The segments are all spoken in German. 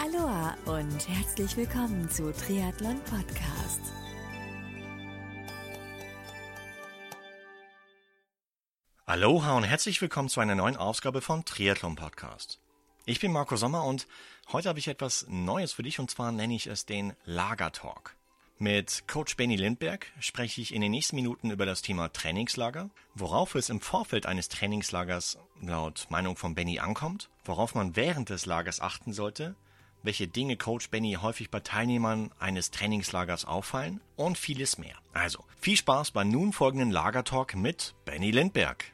Aloha und herzlich willkommen zu Triathlon Podcast. Aloha und herzlich willkommen zu einer neuen Ausgabe von Triathlon Podcast. Ich bin Marco Sommer und heute habe ich etwas Neues für dich und zwar nenne ich es den Lagertalk. Mit Coach Benny Lindberg spreche ich in den nächsten Minuten über das Thema Trainingslager, worauf es im Vorfeld eines Trainingslagers laut Meinung von Benny ankommt, worauf man während des Lagers achten sollte, welche Dinge Coach Benny häufig bei Teilnehmern eines Trainingslagers auffallen und vieles mehr. Also, viel Spaß beim nun folgenden Lagertalk mit Benny Lindberg.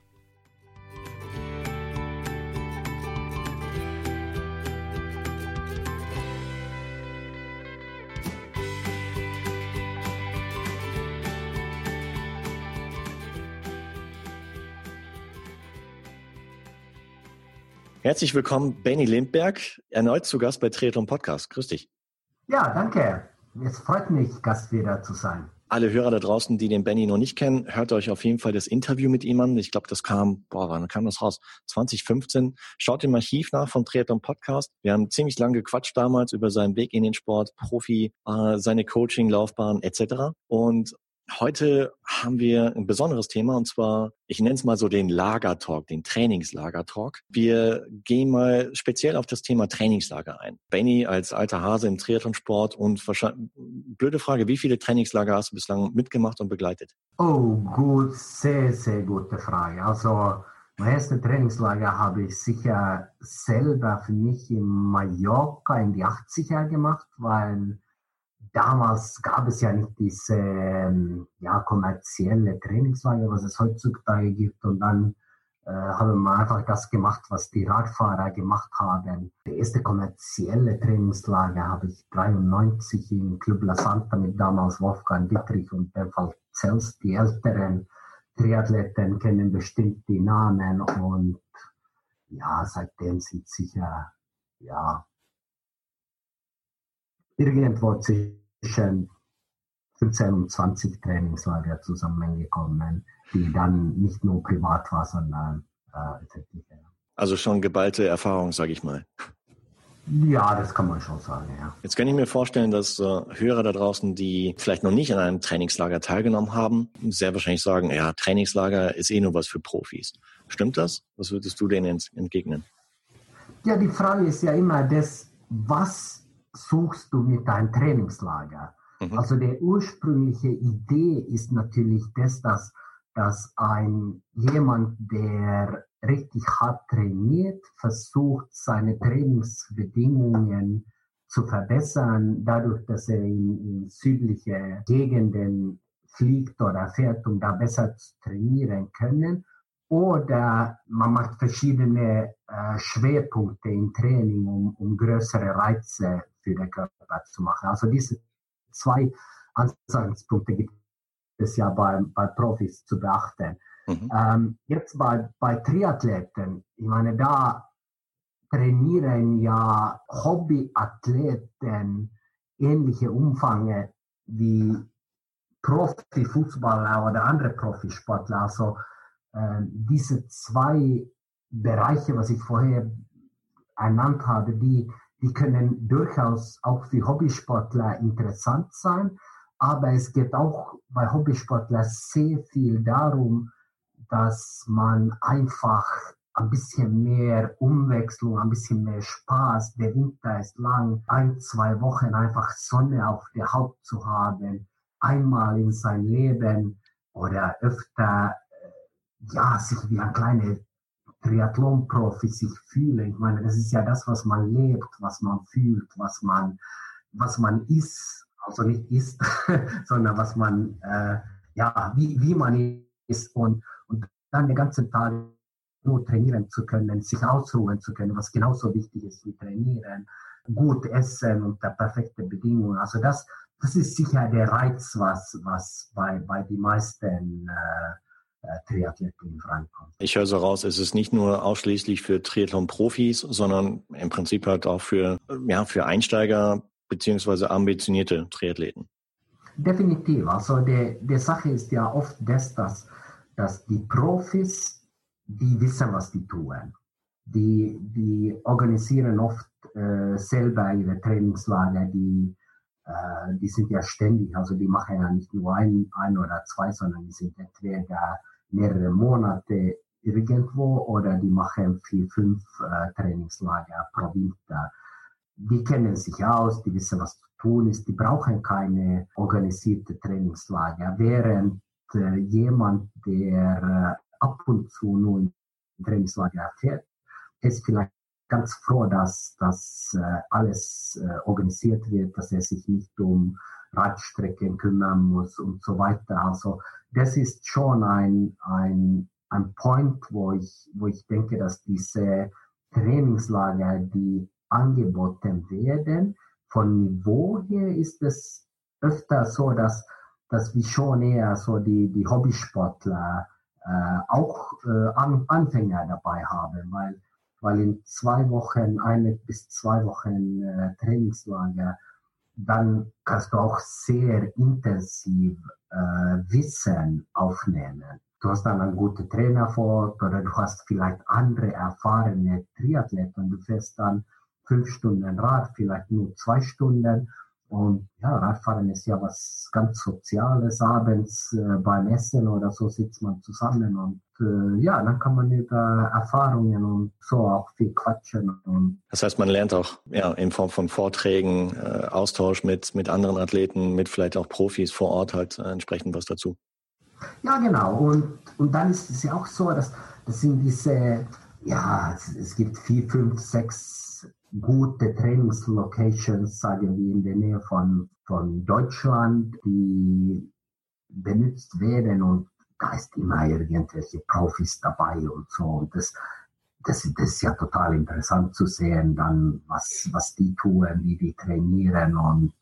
Herzlich willkommen, Benny Lindberg, erneut zu Gast bei Triathlon Podcast. Grüß dich. Ja, danke. Es freut mich, Gast wieder zu sein. Alle Hörer da draußen, die den Benny noch nicht kennen, hört euch auf jeden Fall das Interview mit ihm an. Ich glaube, das kam, wann kam das raus? 2015. Schaut im Archiv nach von Triathlon Podcast. Wir haben ziemlich lange gequatscht damals über seinen Weg in den Sport, Profi, seine Coaching-Laufbahn etc. Und heute haben wir ein besonderes Thema und zwar, ich nenne es mal so den Lagertalk, den Trainingslagertalk. Wir gehen mal speziell auf das Thema Trainingslager ein. Benny als alter Hase im Triathlonsport und wahrscheinlich, blöde Frage, wie viele Trainingslager hast du bislang mitgemacht und begleitet? Oh, gut, sehr, sehr gute Frage. Also, mein erstes Trainingslager habe ich sicher selber für mich in Mallorca in die 80er gemacht, weil damals gab es ja nicht diese kommerzielle Trainingslager, was es heutzutage gibt. Und dann haben wir einfach das gemacht, was die Radfahrer gemacht haben. Das erste kommerzielle Trainingslager habe ich 93 im Club La Santa mit damals Wolfgang Dietrich und Benfald Zels. Die älteren Triathleten kennen bestimmt die Namen. Und ja, seitdem sind sicher, irgendwo zwischen 15 und 20 Trainingslager zusammengekommen, die dann nicht nur privat war, sondern öffentlich. Also schon geballte Erfahrung, sage ich mal. Ja, das kann man schon sagen, ja. Jetzt kann ich mir vorstellen, dass Hörer da draußen, die vielleicht noch nicht an einem Trainingslager teilgenommen haben, sehr wahrscheinlich sagen, ja, Trainingslager ist nur was für Profis. Stimmt das? Was würdest du denen entgegnen? Ja, die Frage ist ja immer das, was suchst du mit deinem Trainingslager? Mhm. Also die ursprüngliche Idee ist natürlich das, dass jemand, der richtig hart trainiert, versucht, seine Trainingsbedingungen zu verbessern, dadurch, dass er in südliche Gegenden fliegt oder fährt, um da besser zu trainieren können. Oder man macht verschiedene Schwerpunkte im Training, um größere Reize für den Körper zu machen. Also diese zwei Ansatzpunkte gibt es ja bei Profis zu beachten. Mhm. Jetzt bei Triathleten, ich meine, da trainieren ja Hobbyathleten ähnliche Umfänge wie Profifußballer oder andere Profisportler. Also diese zwei Bereiche, was ich vorher ernannt habe, die können durchaus auch für Hobbysportler interessant sein, aber es geht auch bei Hobbysportlern sehr viel darum, dass man einfach ein bisschen mehr Umwechslung, ein bisschen mehr Spaß, der Winter ist lang, 1-2 Wochen einfach Sonne auf der Haut zu haben, einmal in sein Leben oder öfter sich wie ein kleiner Triathlon-Profi sich fühlen. Ich meine, das ist ja das, was man lebt, was man fühlt, was man ist, also nicht ist, sondern was man, wie man ist und dann den ganzen Tag nur trainieren zu können, sich ausruhen zu können, was genauso wichtig ist wie trainieren, gut essen unter perfekten Bedingungen. Also das ist sicher der Reiz, was bei den meisten Triathleten reinkommt. Ich höre so raus, es ist nicht nur ausschließlich für Triathlon-Profis, sondern im Prinzip halt auch für Einsteiger beziehungsweise ambitionierte Triathleten. Definitiv. Also die Sache ist ja oft dass die Profis, die wissen, was die tun. Die organisieren oft selber ihre Trainingslager, die sind ja ständig, also die machen ja nicht nur ein oder zwei, sondern die sind entweder mehrere Monate irgendwo oder die machen 4, 5 Trainingslager pro Winter. Die kennen sich aus, die wissen, was zu tun ist, die brauchen keine organisierte Trainingslager, während jemand, der ab und zu nur ein Trainingslager fährt, ist vielleicht ganz froh, dass alles organisiert wird, dass er sich nicht um Radstrecken kümmern muss und so weiter. Also das ist schon ein Point, wo ich denke, dass diese Trainingslager, die angeboten werden, von Niveau her ist es öfter so, dass wir schon eher so die Hobbysportler auch Anfänger dabei haben, weil in 2 Wochen, 1 bis 2 Wochen Trainingslager, dann kannst du auch sehr intensiv Wissen aufnehmen. Du hast dann einen guten Trainer vor Ort oder du hast vielleicht andere erfahrene Triathleten und du fährst dann 5 Stunden Rad, vielleicht nur 2 Stunden. Und ja, Radfahren ist ja was ganz Soziales. Abends beim Essen oder so sitzt man zusammen und dann kann man über Erfahrungen und so auch viel quatschen. Und das heißt, man lernt auch in Form von Vorträgen, Austausch mit anderen Athleten, mit vielleicht auch Profis vor Ort halt entsprechend was dazu. Ja, genau. Und dann ist es ja auch so, dass das sind diese, es gibt 4, 5, 6 gute Trainingslocations, sagen wir, in der Nähe von Deutschland, die benutzt werden und da ist immer irgendwelche Profis dabei und so. Und das ist ja total interessant zu sehen, dann was die tun, wie die trainieren und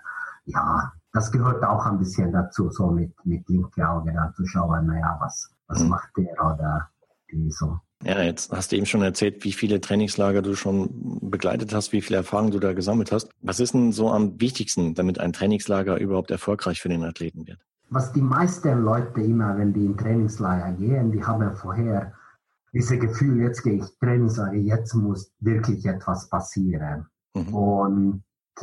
das gehört auch ein bisschen dazu, so mit linke Auge dann zu schauen, was macht der oder die so. Ja, jetzt hast du eben schon erzählt, wie viele Trainingslager du schon begleitet hast, wie viel Erfahrung du da gesammelt hast. Was ist denn so am wichtigsten, damit ein Trainingslager überhaupt erfolgreich für den Athleten wird? Was die meisten Leute immer, wenn die in Trainingslager gehen, die haben vorher dieses Gefühl, jetzt gehe ich Trainingslager, jetzt muss wirklich etwas passieren. Mhm. Und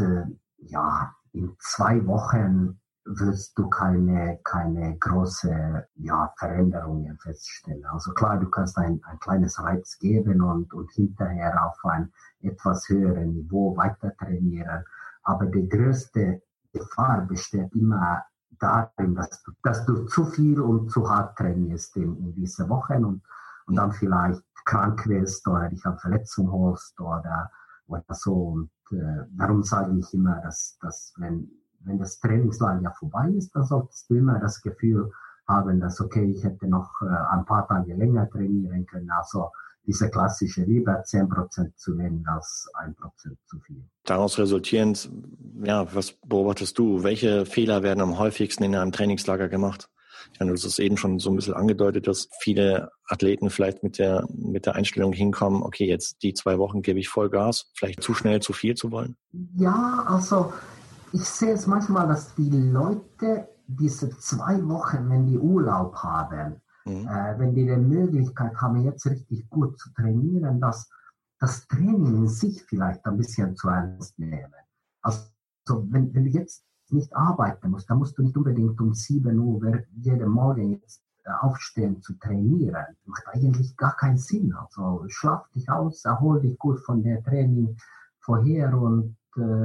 in 2 Wochen wirst du keine große Veränderungen feststellen. Also klar, du kannst ein kleines Reiz geben und hinterher auf ein etwas höheren Niveau weiter trainieren. Aber die größte Gefahr besteht immer darin, dass du zu viel und zu hart trainierst in diese Wochen und dann vielleicht krank wirst oder dich an Verletzung holst oder so. Und darum sage ich immer, dass wenn das Trainingslager vorbei ist, dann solltest du immer das Gefühl haben, dass okay, ich hätte noch ein paar Tage länger trainieren können. Also diese klassische lieber 10% zu wenig als 1% zu viel. Daraus resultierend, was beobachtest du? Welche Fehler werden am häufigsten in einem Trainingslager gemacht? Ich meine, du hast es eben schon so ein bisschen angedeutet, dass viele Athleten vielleicht mit der Einstellung hinkommen, okay, jetzt die 2 Wochen gebe ich Vollgas, vielleicht zu schnell, zu viel zu wollen? Ja, also ich sehe es manchmal, dass die Leute diese 2 Wochen, wenn die Urlaub haben, wenn die Möglichkeit haben, jetzt richtig gut zu trainieren, dass das Training in sich vielleicht ein bisschen zu ernst nehmen. Also wenn du jetzt nicht arbeiten musst, dann musst du nicht unbedingt um 7 Uhr jeden Morgen jetzt aufstehen zu trainieren. Das macht eigentlich gar keinen Sinn. Also schlaf dich aus, erhol dich gut von der Training vorher und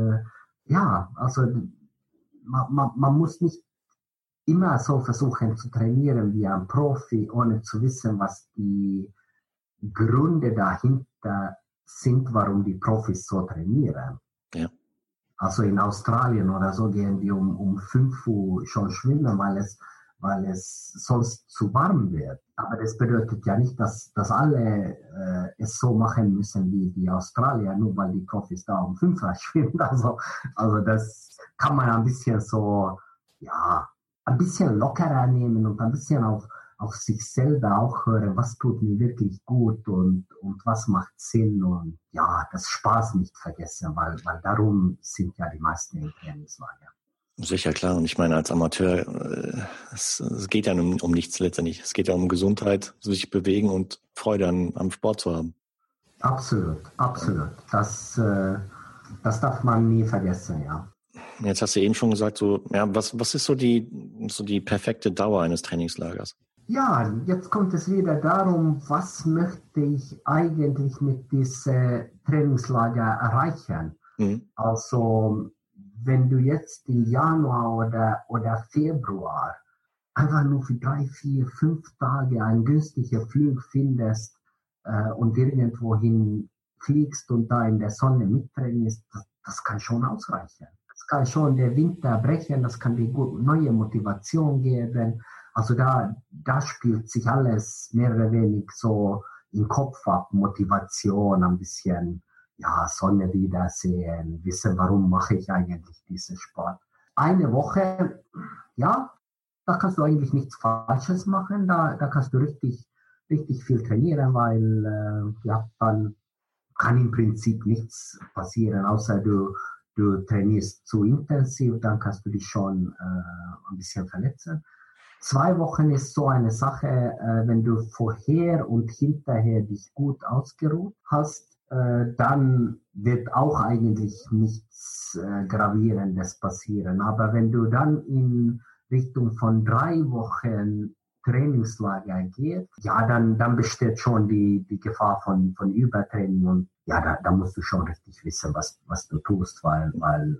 also man muss nicht immer so versuchen zu trainieren wie ein Profi, ohne zu wissen, was die Gründe dahinter sind, warum die Profis so trainieren. Ja. Also in Australien oder so gehen die um 5 Uhr schon schwimmen, weil es sonst zu warm wird. Aber das bedeutet ja nicht, dass alle es so machen müssen wie die Australier, nur weil die Profis da um 5 Uhr schwimmen. Also das kann man ein bisschen so, ein bisschen lockerer nehmen und ein bisschen auf sich selber auch hören, was tut mir wirklich gut und was macht Sinn und das Spaß nicht vergessen, weil darum sind ja die meisten im Trainingslager. Sicher, klar. Und ich meine, als Amateur, es geht ja um nichts letztendlich. Es geht ja um Gesundheit, sich bewegen und Freude am Sport zu haben. Absolut, absolut. Das darf man nie vergessen, ja. Jetzt hast du eben schon gesagt, so, ja, was ist so die perfekte Dauer eines Trainingslagers? Ja, jetzt kommt es wieder darum, was möchte ich eigentlich mit diesem Trainingslager erreichen? Also, wenn du jetzt im Januar oder Februar einfach nur für 3, 4, 5 Tage einen günstigen Flug findest und irgendwohin fliegst und da in der Sonne mittrainierst, das kann schon ausreichen. Das kann schon der Winter brechen, das kann dir neue Motivation geben. Also da spielt sich alles mehr oder weniger so im Kopf ab. Motivation, ein bisschen, ja, Sonne wiedersehen, wissen, warum mache ich eigentlich diesen Sport. Eine Woche, ja, da kannst du eigentlich nichts Falsches machen. Da kannst du richtig viel trainieren, weil dann kann im Prinzip nichts passieren, außer du trainierst zu intensiv, dann kannst du dich schon ein bisschen verletzen. 2 Wochen ist so eine Sache, wenn du vorher und hinterher dich gut ausgeruht hast, dann wird auch eigentlich nichts Gravierendes passieren. Aber wenn du dann in Richtung von 3 Wochen Trainingslager geht, ja, dann besteht schon die Gefahr von Übertraining und ja, da musst du schon richtig wissen, was du tust, weil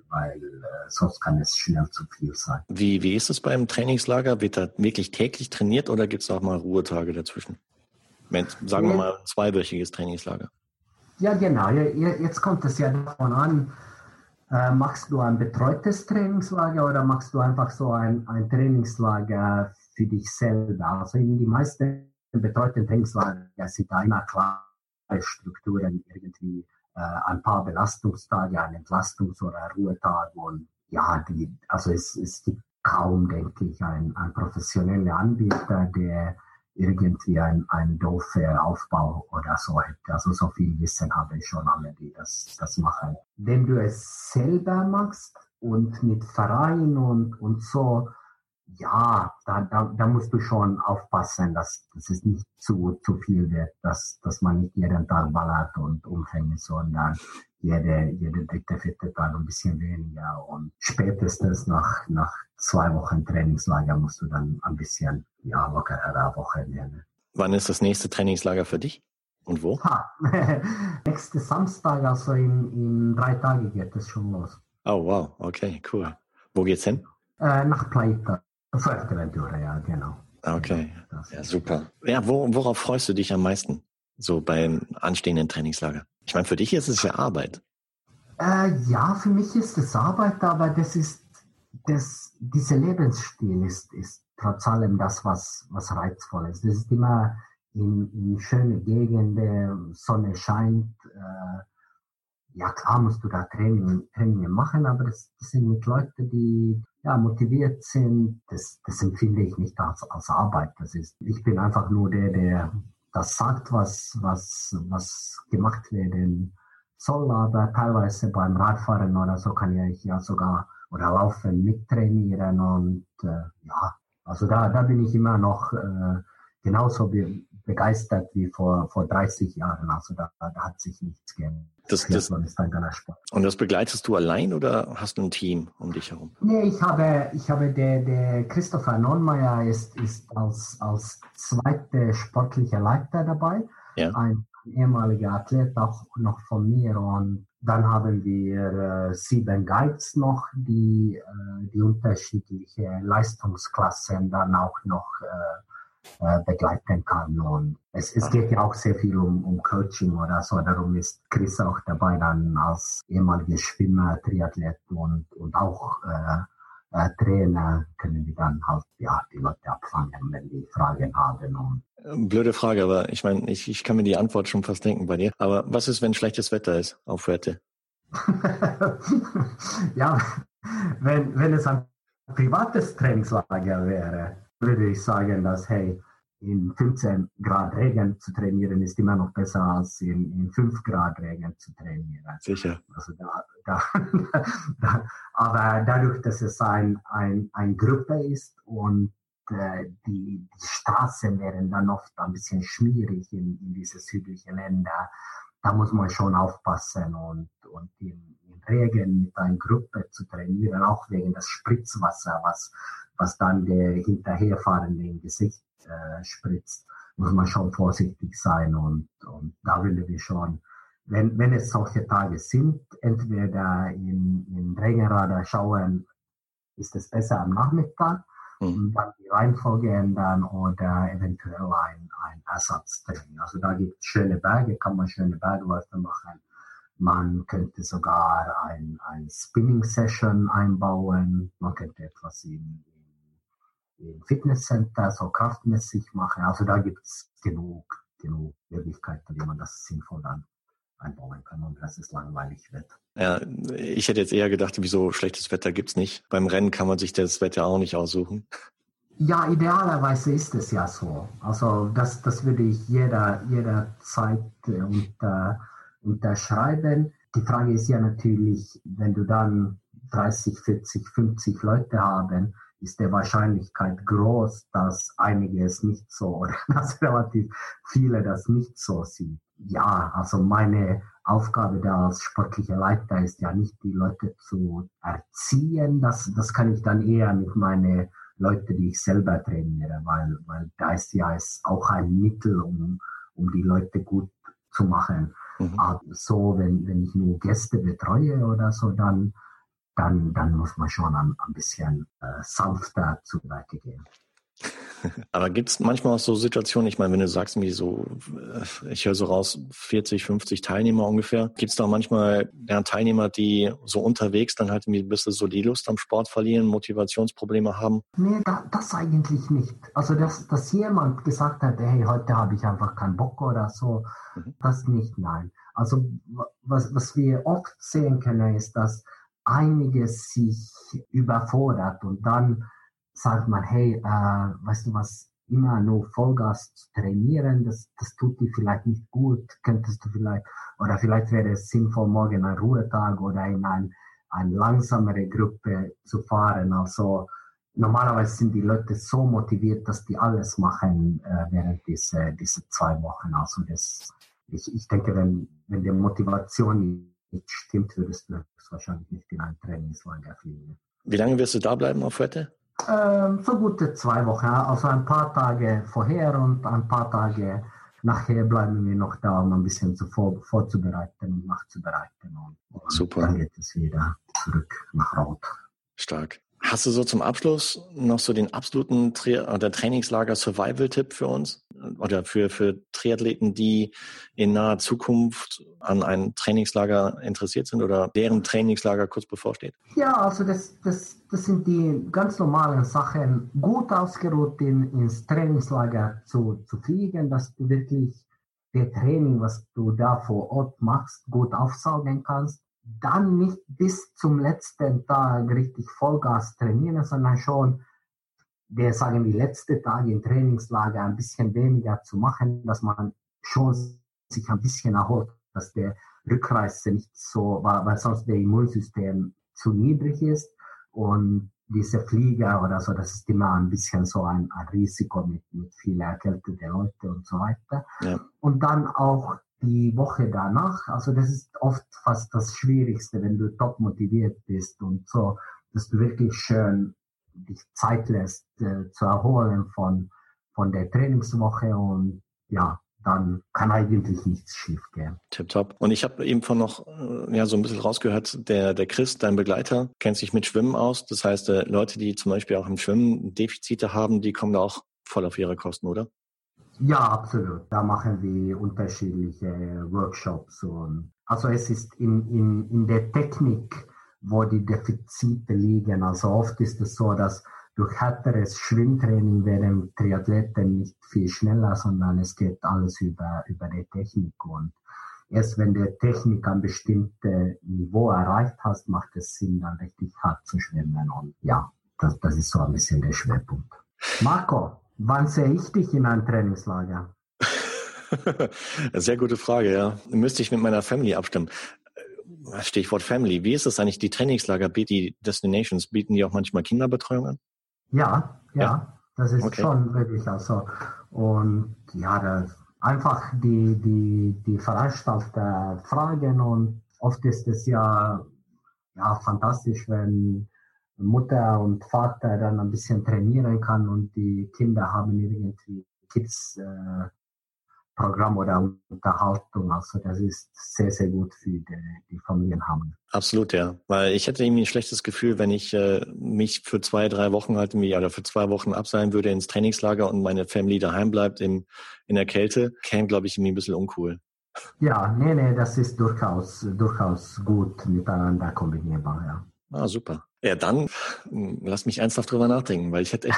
sonst kann es schnell zu viel sein. Wie ist es beim Trainingslager? Wird da wirklich täglich trainiert oder gibt es auch mal Ruhetage dazwischen? Sagen wir mal ein 2-wöchiges Trainingslager. Ja, genau. Jetzt kommt es ja davon an, machst du ein betreutes Trainingslager oder machst du einfach so ein Trainingslager für dich selber? Also die meisten betreuten Trainingslager sind da immer klare Strukturen, irgendwie ein paar Belastungstage, ein Entlastungs- oder Ruhetag und ja, also es gibt kaum, denke ich, ein professioneller Anbieter, der irgendwie ein doofer Aufbau oder so hätte. Also so viel Wissen habe ich schon alle, die das machen. Wenn du es selber machst und mit Verein und so, ja, da musst du schon aufpassen, dass es nicht zu viel wird, dass man nicht jeden Tag ballert und umfängt, sondern jede 3., 4. Tag ein bisschen weniger und spätestens nach 2 Wochen Trainingslager musst du dann ein bisschen, ja, lockerer Woche nehmen. Wann ist das nächste Trainingslager für dich und wo? Nächste Samstag, also in 3 Tagen geht es schon los. Oh, wow, okay, cool. Wo geht's hin? Nach Playa. Fuerteventura, ja, genau. Okay, ja, super. Ja, worauf freust du dich am meisten, so beim anstehenden Trainingslager? Ich meine, für dich ist es ja Arbeit. Ja, für mich ist es Arbeit, aber dieser Lebensstil ist trotz allem das, was reizvoll ist. Das ist immer in schöne Gegenden, Sonne scheint. Ja, klar musst du da Training machen, aber das sind mit Leuten, die ja motiviert sind. Das empfinde ich nicht als Arbeit. Ich bin einfach nur der das sagt, was gemacht werden soll, aber teilweise beim Radfahren oder so kann ich ja sogar oder Laufen mittrainieren und ja, also da bin ich immer noch genauso begeistert wie vor 30 Jahren. Also da hat sich nichts geändert. Das ist ein geiler Sport. Und das begleitest du allein oder hast du ein Team um dich herum? Nee, ich habe der Christopher Nonnmeier ist als zweiter sportlicher Leiter dabei. Ja. Ein ehemaliger Athlet auch noch von mir und dann haben wir 7 Guides noch, die unterschiedliche Leistungsklassen dann auch noch begleiten kann. Und es geht ja auch sehr viel um Coaching oder so. Darum ist Chris auch dabei dann als ehemaliger Schwimmer, Triathlet und auch Trainer können die dann halt ja die Leute abfangen, wenn die Fragen haben. Und blöde Frage, aber ich meine, ich kann mir die Antwort schon fast denken bei dir. Aber was ist, wenn schlechtes Wetter ist auf Fuerte? Ja, wenn es ein privates Trainingslager wäre, würde ich sagen, dass, hey, in 15 Grad Regen zu trainieren ist immer noch besser als in 5 Grad Regen zu trainieren. Sicher. Also aber dadurch, dass es ein Gruppe ist und die Straßen wären dann oft ein bisschen schwierig in diese südlichen Länder, da muss man schon aufpassen und in Regen mit einer Gruppe zu trainieren, auch wegen des Spritzwasser, was dann der Hinterherfahrende im Gesicht spritzt, muss man schon vorsichtig sein und da will wir schon, wenn es solche Tage sind, entweder in Regenradar schauen, ist es besser am Nachmittag und dann die Reihenfolge ändern oder eventuell ein Ersatztraining. Also da gibt es schöne Berge, kann man schöne Bergläufe machen. Man könnte sogar ein Spinning-Session einbauen. Man könnte etwas im Fitnesscenter so kraftmäßig machen. Also da gibt es genug Möglichkeiten, wie man das sinnvoll dann einbauen kann und dass es langweilig wird. Ja, ich hätte jetzt eher gedacht, wieso schlechtes Wetter gibt's nicht. Beim Rennen kann man sich das Wetter auch nicht aussuchen. Ja, idealerweise ist es ja so. Also das würde ich jederzeit unterschreiben. Die Frage ist ja natürlich, wenn du dann 30, 40, 50 Leute haben, ist die Wahrscheinlichkeit groß, dass einige es nicht so oder dass relativ viele das nicht so sehen. Ja, also meine Aufgabe da als sportlicher Leiter ist ja nicht, die Leute zu erziehen. Das kann ich dann eher mit meinen Leuten, die ich selber trainiere, weil da ist ja es auch ein Mittel, um die Leute gut zu machen. Aber so, wenn ich nur Gäste betreue oder so, dann muss man schon ein bisschen sanfter zu Werke gehen. Aber gibt es manchmal auch so Situationen, ich meine, wenn du sagst, wie so, ich höre so raus, 40, 50 Teilnehmer ungefähr, gibt es da manchmal Teilnehmer, die so unterwegs dann halt ein bisschen so die Lust am Sport verlieren, Motivationsprobleme haben? Nee, das eigentlich nicht. Also, dass jemand gesagt hat, hey, heute habe ich einfach keinen Bock oder so, das nicht, nein. Also, was wir oft sehen können, ist, dass einige sich überfordert und dann sagt man, hey, weißt du was, immer nur Vollgas zu trainieren, das tut dir vielleicht nicht gut, könntest du vielleicht wäre es sinnvoll, morgen einen Ruhetag oder in eine langsamere Gruppe zu fahren. Also normalerweise sind die Leute so motiviert, dass die alles machen während diese 2 Wochen. Also ich denke, wenn die Motivation nicht stimmt, würdest du wahrscheinlich nicht in ein Trainingslager fliegen. Wie lange wirst du da bleiben auf Fuerte? So gute 2 Wochen, also ein paar Tage vorher und ein paar Tage nachher bleiben wir noch da, um ein bisschen vorzubereiten und nachzubereiten. Und super. Dann geht es wieder zurück nach Rot. Stark. Hast du so zum Abschluss noch so den absoluten Trainingslager-Survival-Tipp für uns? Oder für Triathleten, die in naher Zukunft an ein Trainingslager interessiert sind oder deren Trainingslager kurz bevorsteht? Ja, also das sind die ganz normalen Sachen, gut ausgeruht ins Trainingslager zu fliegen, dass du wirklich das Training, was du da vor Ort machst, gut aufsaugen kannst. Dann nicht bis zum letzten Tag richtig Vollgas trainieren, sondern schon, die letzten Tage im Trainingslager ein bisschen weniger zu machen, dass man schon sich ein bisschen erholt, dass der Rückreise nicht so, weil sonst der Immunsystem zu niedrig ist und diese Flieger oder so, das ist immer ein bisschen so ein Risiko mit vielen erkälteten Leuten und so weiter. Ja. Und dann auch die Woche danach, also das ist oft fast das Schwierigste, wenn du top motiviert bist und so, dass du wirklich schön dich Zeit lässt, zu erholen von der Trainingswoche und ja, dann kann eigentlich nichts schief gehen. Tipptopp. Und ich habe eben von noch so ein bisschen rausgehört, der Chris, dein Begleiter, kennt sich mit Schwimmen aus. Das heißt, Leute, die zum Beispiel auch im Schwimmen Defizite haben, die kommen da auch voll auf ihre Kosten, oder? Ja, absolut. Da machen wir unterschiedliche Workshops. Und also es ist in der Technik, wo die Defizite liegen. Also oft ist es so, dass durch härteres Schwimmtraining werden Triathleten nicht viel schneller, sondern es geht alles über die Technik. Und erst wenn die Technik ein bestimmtes Niveau erreicht hast, macht es Sinn, dann richtig hart zu schwimmen. Und ja, das ist so ein bisschen der Schwerpunkt. Marco, wann sehe ich dich in einem Trainingslager? Sehr gute Frage, ja. Müsste ich mit meiner Family abstimmen. Stichwort Family. Wie ist das eigentlich? Die Trainingslager, die Destinations, bieten die auch manchmal Kinderbetreuung an? Ja, das ist okay. Schon wirklich also. Und ja, einfach die Veranstalter fragen und oft ist es ja fantastisch, wenn Mutter und Vater dann ein bisschen trainieren kann und die Kinder haben irgendwie Kids Programm oder Unterhaltung. Also das ist sehr, sehr gut für die Familien haben. Absolut, ja. Weil ich hätte irgendwie ein schlechtes Gefühl, wenn ich mich für 2-3 Wochen halt oder für 2 Wochen abseilen würde ins Trainingslager und meine Family daheim bleibt in der Kälte. Käme, glaube ich, irgendwie ein bisschen uncool. Ja, nee, das ist durchaus gut miteinander kombinierbar, ja. Ah, super. Ja, dann lass mich ernsthaft drüber nachdenken, weil ich hätte echt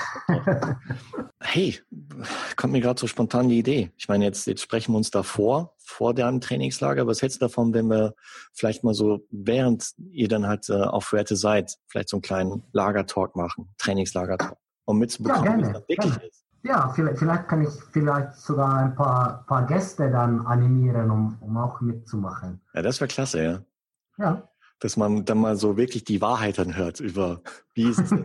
hey, kommt mir gerade so spontan die Idee. Ich meine, jetzt sprechen wir uns davor, vor deinem Trainingslager. Was hältst du davon, wenn wir vielleicht mal so, während ihr dann halt auf Fuerte seid, vielleicht so einen kleinen Lagertalk machen, Trainingslagertalk, um mitzubekommen, wie es dann wirklich ist? Ja, vielleicht kann ich sogar ein paar Gäste dann animieren, um auch mitzumachen. Ja, das wäre klasse, ja. Ja. Dass man dann mal so wirklich die Wahrheit dann hört über, wie ist es.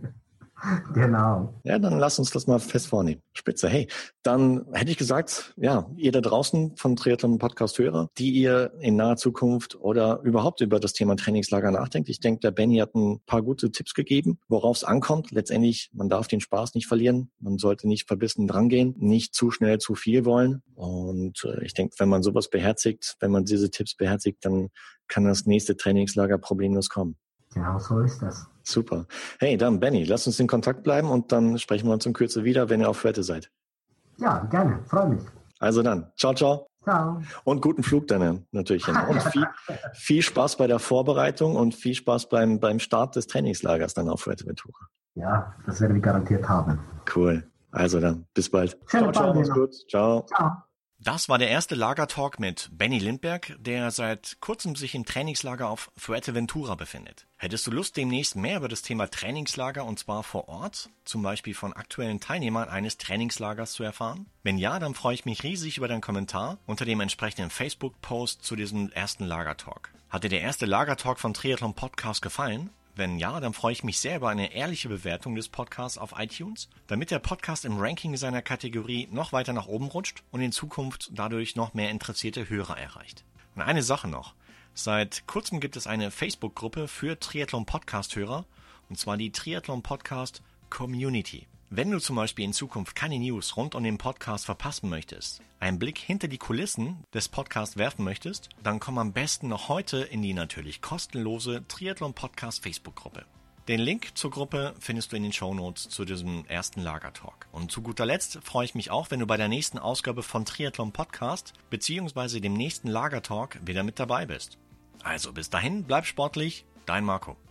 Genau. Ja, dann lass uns das mal fest vornehmen. Spitze. Hey, dann hätte ich gesagt, ja, ihr da draußen von Triathlon Podcast Hörer, die ihr in naher Zukunft oder überhaupt über das Thema Trainingslager nachdenkt. Ich denke, der Benny hat ein paar gute Tipps gegeben, worauf es ankommt. Letztendlich, man darf den Spaß nicht verlieren. Man sollte nicht verbissen drangehen, nicht zu schnell zu viel wollen. Und ich denke, wenn man sowas beherzigt, wenn man diese Tipps beherzigt, dann kann das nächste Trainingslager problemlos kommen. Genau, so ist das. Super. Hey, dann Benny, lass uns in Kontakt bleiben und dann sprechen wir uns in Kürze wieder, wenn ihr auf Fuerte seid. Ja, gerne. Freue mich. Also dann, ciao, ciao. Ciao. Und guten Flug dann natürlich hin. Und viel Spaß bei der Vorbereitung und viel Spaß beim Start des Trainingslagers dann auf Fuerteventura. Ja, das werden wir garantiert haben. Cool. Also dann, bis bald. Ciao, mach's gut. Ciao. Ciao. Das war der erste Lagertalk mit Benny Lindberg, der seit kurzem sich im Trainingslager auf Fuerteventura befindet. Hättest du Lust, demnächst mehr über das Thema Trainingslager und zwar vor Ort, zum Beispiel von aktuellen Teilnehmern eines Trainingslagers zu erfahren? Wenn ja, dann freue ich mich riesig über deinen Kommentar unter dem entsprechenden Facebook-Post zu diesem ersten Lagertalk. Hat dir der erste Lagertalk von Triathlon Podcast gefallen? Wenn ja, dann freue ich mich sehr über eine ehrliche Bewertung des Podcasts auf iTunes, damit der Podcast im Ranking seiner Kategorie noch weiter nach oben rutscht und in Zukunft dadurch noch mehr interessierte Hörer erreicht. Und eine Sache noch. Seit kurzem gibt es eine Facebook-Gruppe für Triathlon-Podcast-Hörer, und zwar die Triathlon Podcast Community. Wenn du zum Beispiel in Zukunft keine News rund um den Podcast verpassen möchtest, einen Blick hinter die Kulissen des Podcasts werfen möchtest, dann komm am besten noch heute in die natürlich kostenlose Triathlon Podcast Facebook-Gruppe. Den Link zur Gruppe findest du in den Shownotes zu diesem ersten Lagertalk. Und zu guter Letzt freue ich mich auch, wenn du bei der nächsten Ausgabe von Triathlon Podcast bzw. dem nächsten Lagertalk wieder mit dabei bist. Also bis dahin, bleib sportlich, dein Marco.